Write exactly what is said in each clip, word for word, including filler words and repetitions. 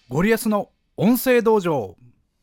ゴリアスの音声道場。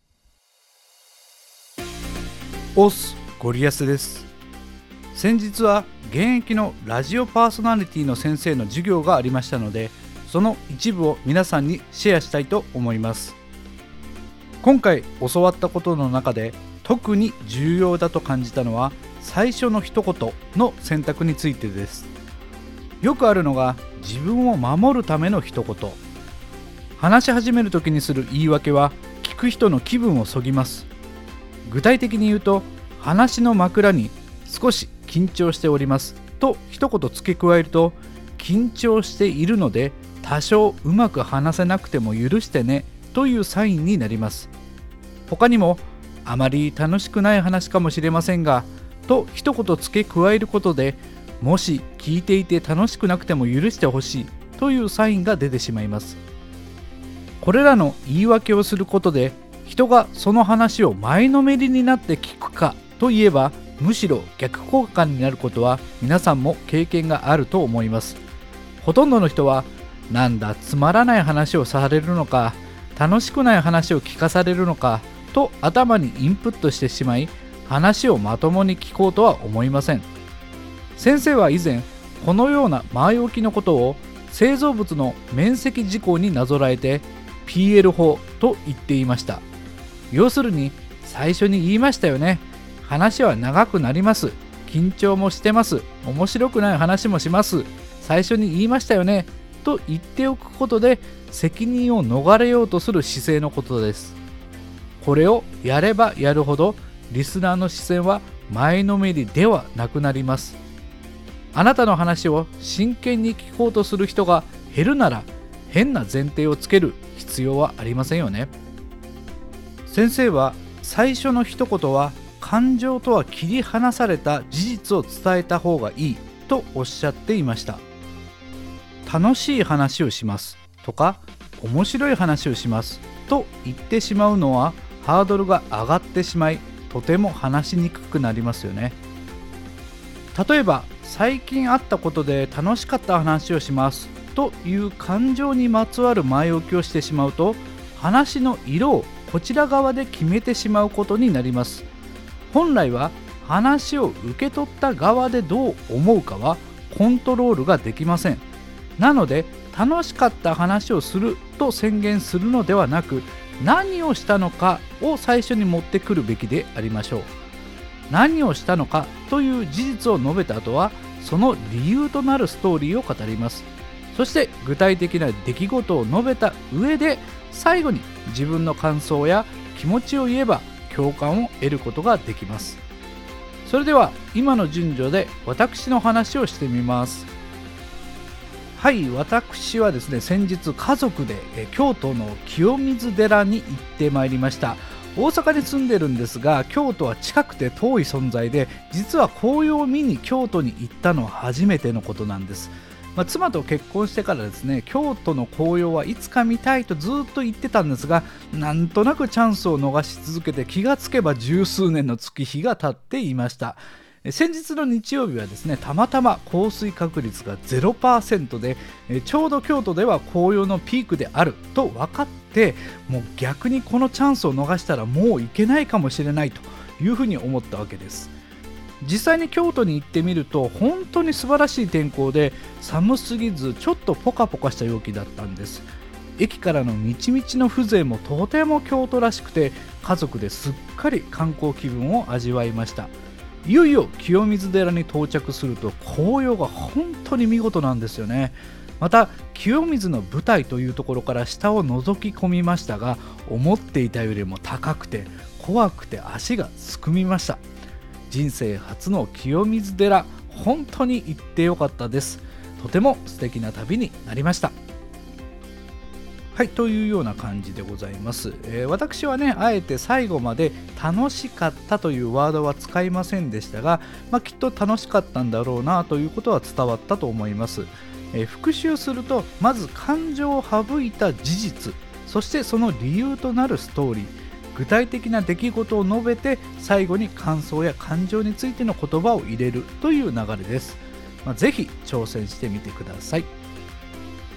オスゴリアスです。先日は現役のラジオパーソナリティの先生の授業がありましたので、その一部を皆さんにシェアしたいと思います。今回教わったことの中で特に重要だと感じたのは最初の一言の選択についてです。よくあるのが自分を守るための一言。話し始める時にする言い訳は聞く人の気分をそぎます。具体的に言うと、話の枕に少し緊張しておりますと一言付け加えると、緊張しているので多少うまく話せなくても許してねというサインになります。他にも、あまり楽しくない話かもしれませんがと一言付け加えることで、もし聞いていて楽しくなくても許してほしいというサインが出てしまいます。これらの言い訳をすることで、人がその話を前のめりになって聞くかといえば、むしろ逆効果になることは皆さんも経験があると思います。ほとんどの人は、なんだつまらない話をされるのか、楽しくない話を聞かされるのかと頭にインプットしてしまい、話をまともに聞こうとは思いません。先生は以前、このような前置きのことを製造物の免責事項になぞらえて ピーエル 法と言っていました。要するに、最初に言いましたよね。話は長くなります。緊張もしてます。面白くない話もします。最初に言いましたよね。と言っておくことで、責任を逃れようとする姿勢のことです。これをやればやるほど、リスナーの視線は前のめりではなくなります。あなたの話を真剣に聞こうとする人が減るなら、変な前提をつける必要はありませんよね。先生は最初の一言は感情とは切り離された事実を伝えた方がいいとおっしゃっていました。楽しい話をしますとか面白い話をしますと言ってしまうのはハードルが上がってしまい、とても話しにくくなりますよね。例えば、最近あったことで楽しかった話をしますという感情にまつわる前置きをしてしまうと、話の色をこちら側で決めてしまうことになります。本来は話を受け取った側でどう思うかはコントロールができません。なので、楽しかった話をすると宣言するのではなく、何をしたのかを最初に持ってくるべきでありましょう。何をしたのかという事実を述べた後は、その理由となるストーリーを語ります。そして具体的な出来事を述べた上で、最後に自分の感想や気持ちを言えば共感を得ることができます。それでは今の順序で私の話をしてみます。はい、私はですね、先日家族で京都の清水寺に行ってまいりました。大阪に住んでるんですが、京都は近くて遠い存在で、実は紅葉を見に京都に行ったのは初めてのことなんです。まあ、妻と結婚してからですね、京都の紅葉はいつか見たいとずっと言ってたんですが、なんとなくチャンスを逃し続けて、気がつけば十数年の月日が経っていました。先日の日曜日はですね、たまたま降水確率が ゼロパーセント で、ちょうど京都では紅葉のピークであると分かって、もう逆にこのチャンスを逃したらもう行けないかもしれないというふうに思ったわけです。実際に京都に行ってみると、本当に素晴らしい天候で、寒すぎずちょっとポカポカした陽気だったんです。駅からのみちみちの風情もとても京都らしくて、家族ですっかり観光気分を味わいました。いよいよ清水寺に到着すると、紅葉が本当に見事なんですよね。また清水の舞台というところから下を覗き込みましたが、思っていたよりも高くて怖くて足がすくみました。人生初の清水寺、本当に行ってよかったです。とても素敵な旅になりました。はい、というような感じでございます。えー、私はね、あえて最後まで楽しかったというワードは使いませんでしたが、まあ、きっと楽しかったんだろうなということは伝わったと思います。えー、復習すると、まず感情を省いた事実、そしてその理由となるストーリー、具体的な出来事を述べて、最後に感想や感情についての言葉を入れるという流れです。まあ、ぜひ挑戦してみてください。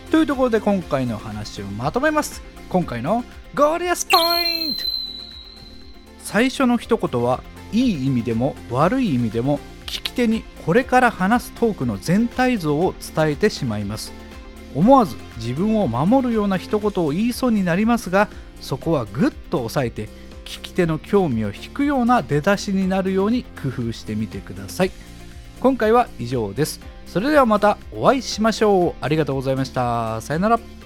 というところで今回の話をまとめます。今回のゴリアスポイント。最初の一言はいい意味でも悪い意味でも聞き手にこれから話すトークの全体像を伝えてしまいます。思わず自分を守るような一言を言いそうになりますが、そこはぐっと抑えて聞き手の興味を引くような出だしになるように工夫してみてください。今回は以上です。それではまたお会いしましょう。ありがとうございました。さよなら。